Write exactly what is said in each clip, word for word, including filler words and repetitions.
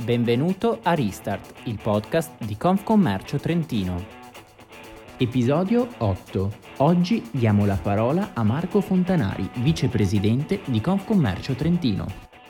Benvenuto a Restart, il podcast di Confcommercio Trentino. Episodio otto. Oggi diamo la parola a Marco Fontanari, vicepresidente di Confcommercio Trentino.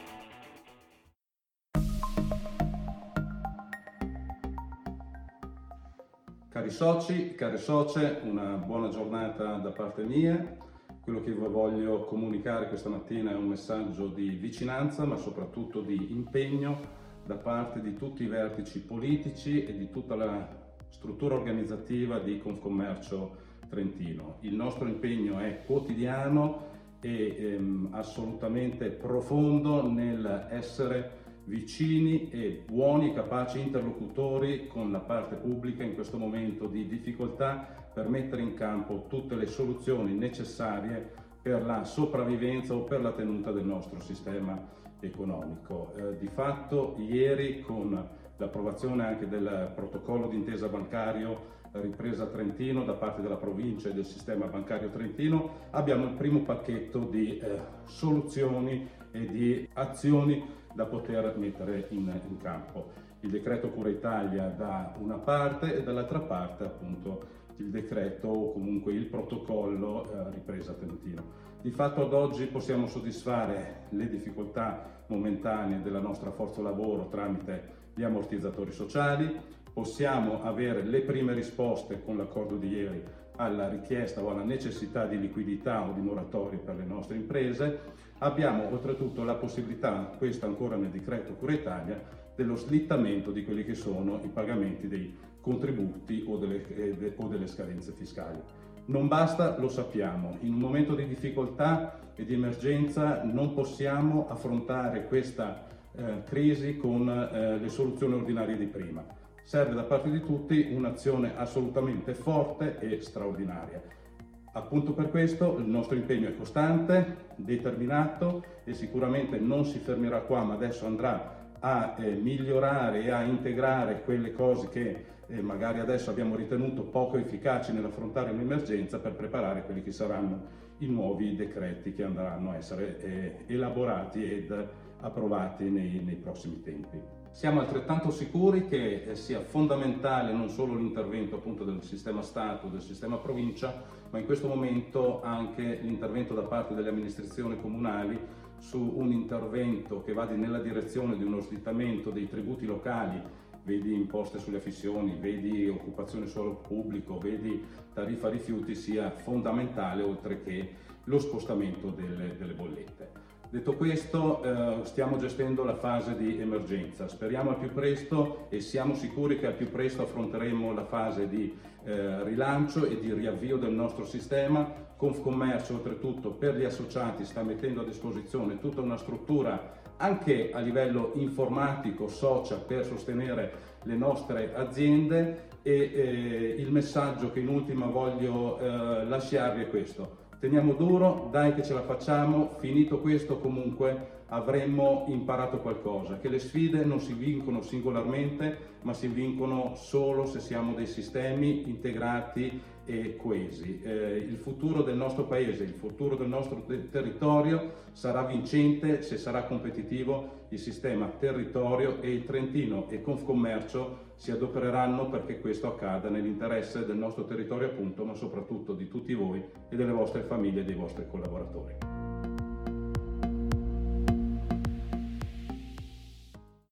Cari soci, care socie, una buona giornata da parte mia. Quello che vi voglio comunicare questa mattina è un messaggio di vicinanza, ma soprattutto di impegno da parte di tutti i vertici politici e di tutta la struttura organizzativa di Confcommercio Trentino. Il nostro impegno è quotidiano e ehm, assolutamente profondo nel essere vicini e buoni e capaci interlocutori con la parte pubblica in questo momento di difficoltà per mettere in campo tutte le soluzioni necessarie per la sopravvivenza o per la tenuta del nostro sistema economico. Eh, di fatto ieri, con l'approvazione anche del protocollo d'intesa bancario Ripresa Trentino da parte della provincia e del sistema bancario trentino, abbiamo il primo pacchetto di eh, soluzioni e di azioni da poter mettere in, in campo. Il decreto Cura Italia da una parte e dall'altra parte appunto il decreto o comunque il protocollo eh, Ripresa Trentino. Di fatto ad oggi possiamo soddisfare le difficoltà momentanee della nostra forza lavoro tramite gli ammortizzatori sociali, possiamo avere le prime risposte con l'accordo di ieri alla richiesta o alla necessità di liquidità o di moratorie per le nostre imprese. Abbiamo oltretutto la possibilità, questa ancora nel decreto Cura Italia, dello slittamento di quelli che sono i pagamenti dei contributi o delle, eh, de, o delle scadenze fiscali. Non basta, lo sappiamo, in un momento di difficoltà e di emergenza non possiamo affrontare questa eh, crisi con eh, le soluzioni ordinarie di prima. Serve da parte di tutti un'azione assolutamente forte e straordinaria. Appunto per questo il nostro impegno è costante, determinato e sicuramente non si fermerà qua, ma adesso andrà a eh, migliorare e a integrare quelle cose che eh, magari adesso abbiamo ritenuto poco efficaci nell'affrontare un'emergenza per preparare quelli che saranno i nuovi decreti che andranno a essere eh, elaborati ed approvati nei, nei prossimi tempi. Siamo altrettanto sicuri che eh, sia fondamentale non solo l'intervento appunto del sistema Stato, del sistema provincia, ma in questo momento anche l'intervento da parte delle amministrazioni comunali su un intervento che vada nella direzione di uno slittamento dei tributi locali, vedi imposte sulle affissioni, vedi occupazione suolo pubblico, vedi tariffa rifiuti, sia fondamentale, oltre che lo spostamento delle, delle bollette. Detto questo, eh, stiamo gestendo la fase di emergenza, speriamo al più presto e siamo sicuri che al più presto affronteremo la fase di eh, rilancio e di riavvio del nostro sistema. Confcommercio oltretutto per gli associati sta mettendo a disposizione tutta una struttura anche a livello informatico, social, per sostenere le nostre aziende e eh, il messaggio che in ultima voglio eh, lasciarvi è questo. Teniamo duro, dai che ce la facciamo, finito questo comunque avremmo imparato qualcosa, che le sfide non si vincono singolarmente, ma si vincono solo se siamo dei sistemi integrati e coesi. Eh, il futuro del nostro paese, il futuro del nostro te- territorio sarà vincente se sarà competitivo il sistema territorio, e il Trentino e Confcommercio si adopereranno perché questo accada nell'interesse del nostro territorio appunto, ma soprattutto di tutti voi e delle vostre famiglie e dei vostri collaboratori.